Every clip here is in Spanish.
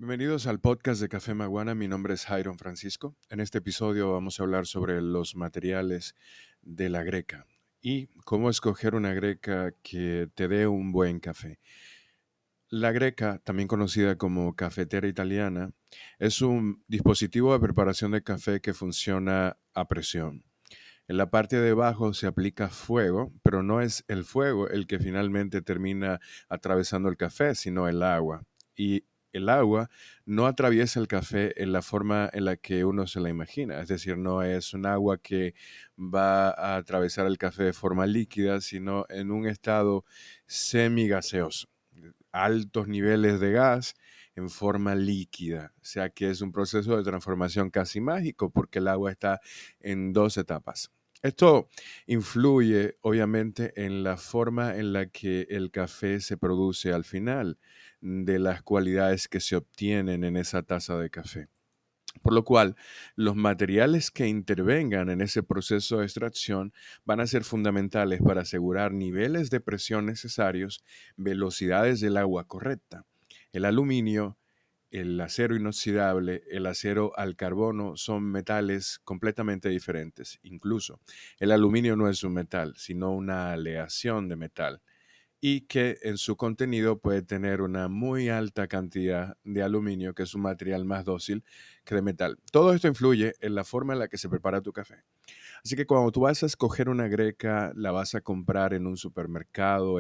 Bienvenidos al podcast de Café Maguana. Mi nombre es Jairon Francisco. En este episodio vamos a hablar sobre los materiales de la greca y cómo escoger una greca que te dé un buen café. La greca, también conocida como cafetera italiana, es un dispositivo de preparación de café que funciona a presión. En la parte de abajo se aplica fuego, pero no es el fuego el que finalmente termina atravesando el café, sino el agua. Y el agua no atraviesa el café en la forma en la que uno se la imagina. Es decir, no es un agua que va a atravesar el café de forma líquida, sino en un estado semigaseoso. Altos niveles de gas en forma líquida. O sea que es un proceso de transformación casi mágico porque el agua está en dos etapas. Esto influye obviamente en la forma en la que el café se produce al final, de las cualidades que se obtienen en esa taza de café. Por lo cual, los materiales que intervengan en ese proceso de extracción van a ser fundamentales para asegurar niveles de presión necesarios, velocidades del agua correcta. El aluminio, el acero inoxidable, el acero al carbono son metales completamente diferentes. Incluso el aluminio no es un metal, sino una aleación de metal y que en su contenido puede tener una muy alta cantidad de aluminio, que es un material más dócil que de metal. Todo esto influye en la forma en la que se prepara tu café. Así que cuando tú vas a escoger una greca, la vas a comprar en un supermercado,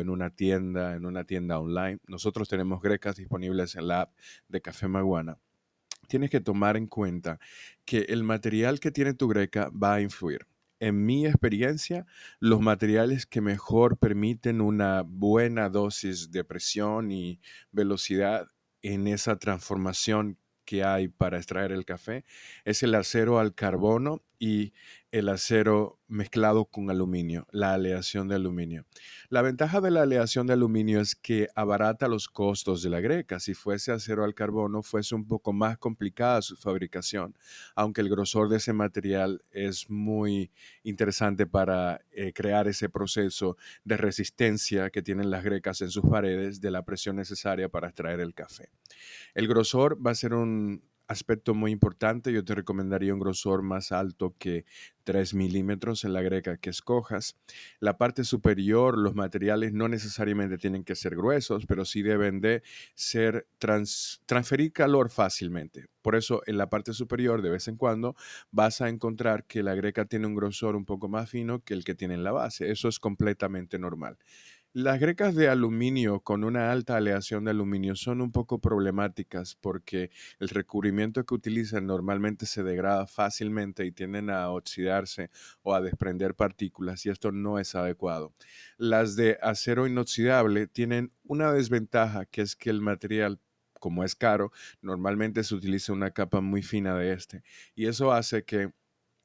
en una tienda online. Nosotros tenemos grecas disponibles en la app de Café Maguana. Tienes que tomar en cuenta que el material que tiene tu greca va a influir. En mi experiencia, los materiales que mejor permiten una buena dosis de presión y velocidad en esa transformación que hay para extraer el café es el acero al carbono y el acero mezclado con aluminio, la aleación de aluminio. La ventaja de la aleación de aluminio es que abarata los costos de la greca. Si fuese acero al carbono, fuese un poco más complicada su fabricación, aunque el grosor de ese material es muy interesante para crear ese proceso de resistencia que tienen las grecas en sus paredes de la presión necesaria para extraer el café. El grosor va a ser un aspecto muy importante. Yo te recomendaría un grosor más alto que 3 milímetros en la greca que escojas. La parte superior, los materiales no necesariamente tienen que ser gruesos, pero sí deben de ser transferir calor fácilmente. Por eso en la parte superior de vez en cuando vas a encontrar que la greca tiene un grosor un poco más fino que el que tiene en la base. Eso es completamente normal. Las grecas de aluminio con una alta aleación de aluminio son un poco problemáticas porque el recubrimiento que utilizan normalmente se degrada fácilmente y tienden a oxidarse o a desprender partículas y esto no es adecuado. Las de acero inoxidable tienen una desventaja, que es que el material, como es caro, normalmente se utiliza una capa muy fina de este y eso hace que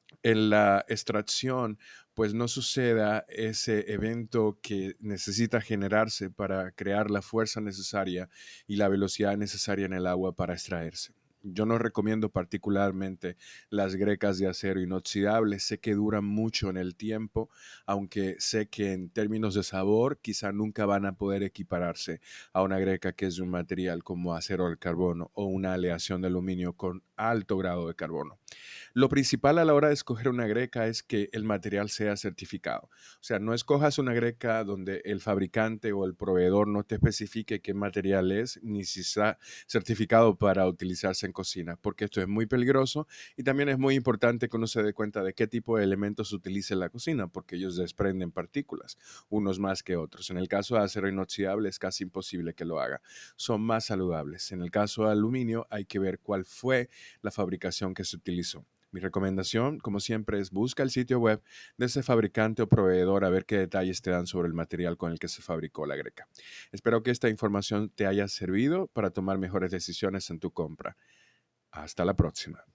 en la extracción, pues no suceda ese evento que necesita generarse para crear la fuerza necesaria y la velocidad necesaria en el agua para extraerse. Yo no recomiendo particularmente las grecas de acero inoxidable. Sé que duran mucho en el tiempo, aunque sé que en términos de sabor quizá nunca van a poder equipararse a una greca que es de un material como acero al carbono o una aleación de aluminio con alto grado de carbono. Lo principal a la hora de escoger una greca es que el material sea certificado. O sea, no escojas una greca donde el fabricante o el proveedor no te especifique qué material es, ni si está certificado para utilizarse en cocina, porque esto es muy peligroso y también es muy importante que uno se dé cuenta de qué tipo de elementos utiliza en la cocina, porque ellos desprenden partículas, unos más que otros. En el caso de acero inoxidable es casi imposible que lo haga. Son más saludables. En el caso de aluminio hay que ver cuál fue la fabricación que se utilizó. Mi recomendación, como siempre, es busca el sitio web de ese fabricante o proveedor a ver qué detalles te dan sobre el material con el que se fabricó la greca. Espero que esta información te haya servido para tomar mejores decisiones en tu compra. Hasta la próxima.